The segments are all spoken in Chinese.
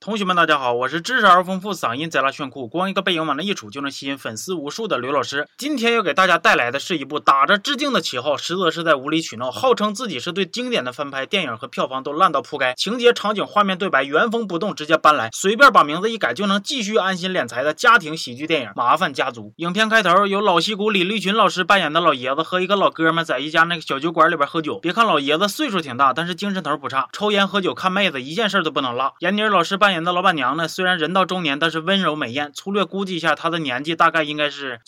同学们大家好，我是知识而丰富，嗓音贼拉炫酷，光一个背影往那一杵就能吸引粉丝无数的刘老师。今天要给大家带来的是一部打着致敬的旗号，实则是在无理取闹，号称自己是对经典的翻拍，电影和票房都烂到铺盖，情节场景画面对白原封不动直接搬来，随便把名字一改就能继续安心敛财的家庭喜剧电影《麻烦家族》。影片开头由老戏骨李立群老师扮演的老爷子和一个老哥们在一家那个小酒馆里边喝酒。别看老爷子岁数挺大，但是精神头不差，抽烟喝酒看妹子一件事都不能落。闫妮老师扮演的老板娘呢，虽然人到中年，但是温柔美艳，粗略估计一下她的年纪大概应该是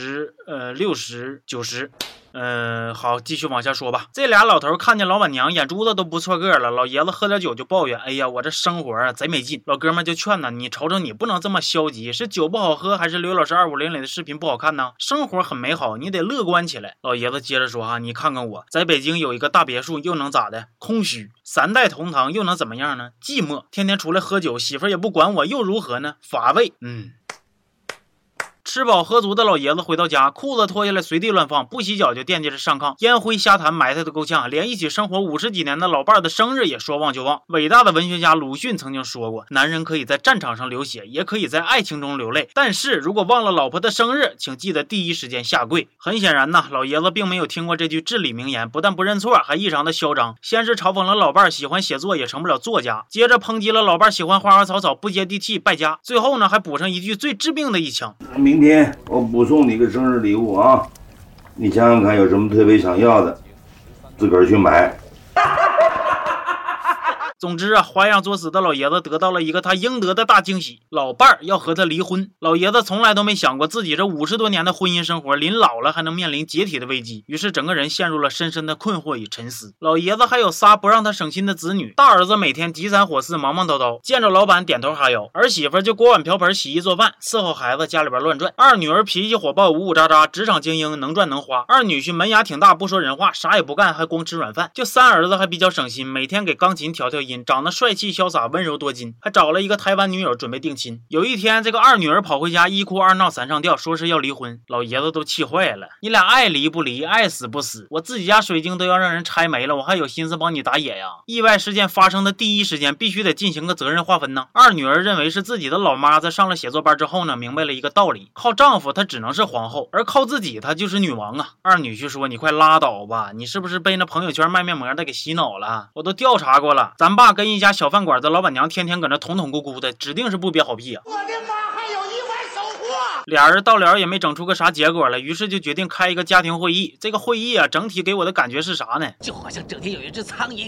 60、90。好，继续往下说吧。这俩老头看见老板娘眼珠子都不错个了，老爷子喝点酒就抱怨，哎呀，我这生活啊贼没劲。老哥们就劝呢，你瞅瞅你不能这么消极，是酒不好喝还是刘老师250里的视频不好看呢？生活很美好，你得乐观起来。老爷子接着说哈，你看看我在北京有一个大别墅又能咋的？空虚。3代同堂又能怎么样呢？寂寞。天天出来喝酒，媳妇也不管我又如何呢？乏味。吃饱喝足的老爷子回到家，裤子脱下来随地乱放，不洗脚就惦记着上炕，烟灰瞎谈埋汰的够呛，连一起生活50几年的老伴的生日也说忘就忘。伟大的文学家鲁迅曾经说过，男人可以在战场上流血，也可以在爱情中流泪，但是如果忘了老婆的生日，请记得第一时间下跪。很显然呢，老爷子并没有听过这句至理名言，不但不认错，还异常的嚣张。先是嘲讽了老伴喜欢写作也成不了作家，接着抨击了老伴喜欢花花草草不接地气败家，最后呢还补上一句最致命的一枪， 明天我补送你个生日礼物啊，你想想看有什么特别想要的，自个儿去买。 总之啊，花样作死的老爷子得到了一个他应得的大惊喜，老伴儿要和他离婚。老爷子从来都没想过自己这50多年的婚姻生活临老了还能面临解体的危机，于是整个人陷入了深深的困惑与沉思。老爷子还有仨不让他省心的子女，大儿子每天急3火4忙忙叨叨，见着老板点头哈腰，儿媳妇就锅碗瓢盆洗衣做饭伺候孩子家里边乱转，二女儿脾气火爆呜呜喳喳，职场精英能赚能花，二女婿门牙挺大不说人话，啥也不干还光吃软饭，就3儿子还比较省心，每天给钢琴调调音，长得帅气潇洒温柔多金，还找了一个台湾女友准备定亲。有一天这个二女儿跑回家1哭2闹3上吊，说是要离婚，老爷子都气坏了，你俩爱离不离爱死不死，我自己家水晶都要让人拆没了，我还有心思帮你打野呀。意外事件发生的第一时间必须得进行个责任划分呢。二女儿认为是自己的老妈在上了写作班之后呢，明白了一个道理，靠丈夫她只能是皇后，而靠自己她就是女王啊。二女婿说，你快拉倒吧，你是不是被那朋友圈卖面膜的给洗脑了？我都调查过了，咱爸跟一家小饭馆的老板娘天天搁那捅捅咕咕的，指定是不憋好屁啊。我的妈，还有意外收获。俩人到了也没整出个啥结果来，于是就决定开一个家庭会议。这个会议啊，整体给我的感觉是啥呢？ 就好像整天有一只苍蝇，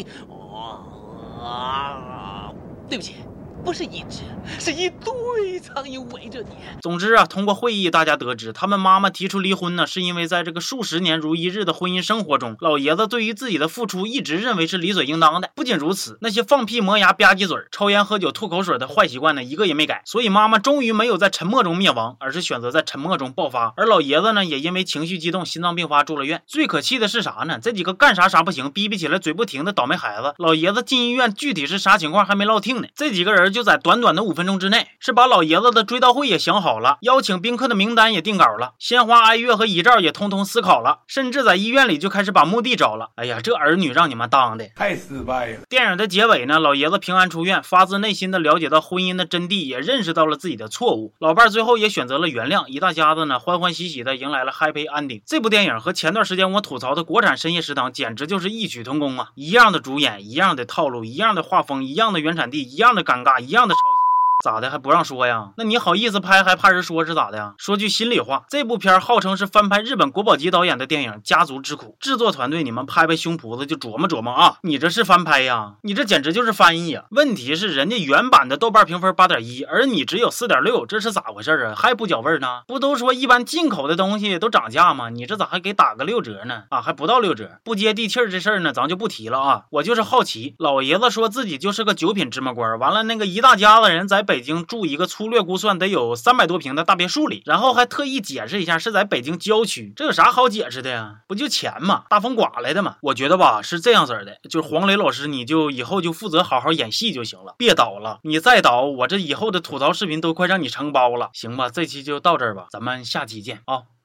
对不起，不是一只，是一堆苍蝇围着你。 总之啊，通过会议大家得知，他们妈妈提出离婚呢，是因为在这个数十年如一日的婚姻生活中，老爷子对于自己的付出一直认为是理所应当的。不仅如此，那些放屁磨牙吧唧嘴、抽烟喝酒吐口水的坏习惯呢，一个也没改。所以妈妈终于没有在沉默中灭亡，而是选择在沉默中爆发。而老爷子呢，也因为情绪激动心脏病发住了院。最可气的是啥呢？这几个干啥啥不行，逼起来嘴不停的倒霉孩子，老爷子进医院具体是啥情况还没落听呢。这几个人就在短短的5分钟之内，是把老爷子的追悼会也想好了，邀请宾客的名单也定稿了，鲜花哀乐和遗照也通通思考了，甚至在医院里就开始把墓地找了。哎呀，这儿女让你们当的太失败了。 电影的结尾呢，老爷子平安出院，发自内心的了解到婚姻的真谛，也认识到了自己的错误。老伴最后也选择了原谅，一大家子呢欢欢喜喜的迎来了 Happy Ending。这部电影和前段时间我吐槽的国产深夜食堂简直就是异曲同工啊！一样的主演，一样的套路，一样的画风，一样的原产地，一样的尴尬，一样的抄袭。咋的还不让说呀？那你好意思拍还怕人说是咋的呀？说句心里话，这部片号称是翻拍日本国宝级导演的电影《家族之苦》，制作团队你们拍胸脯子就琢磨琢磨啊，你这是翻拍呀？你这简直就是翻译呀！问题是人家原版的豆瓣评分8.1，而你只有4.6，这是咋回事啊？还不搅味呢？不都说一般进口的东西都涨价吗？你这咋还给打个6折呢？啊，还不到6折，不接地气这事儿呢，咱就不提了啊。我就是好奇，老爷子说自己就是个9品芝麻官，完了那个一大家子人在北京住一个粗略估算得有300多平的大别墅里，然后还特意解释一下是在北京郊区，这有啥好解释的呀？不就钱嘛，大风刮来的嘛。我觉得吧是这样式的，就是黄磊老师你就以后就负责好好演戏就行了，别倒了，你再倒我这以后的吐槽视频都快让你承包了。行吧，这期就到这儿吧，咱们下期见啊。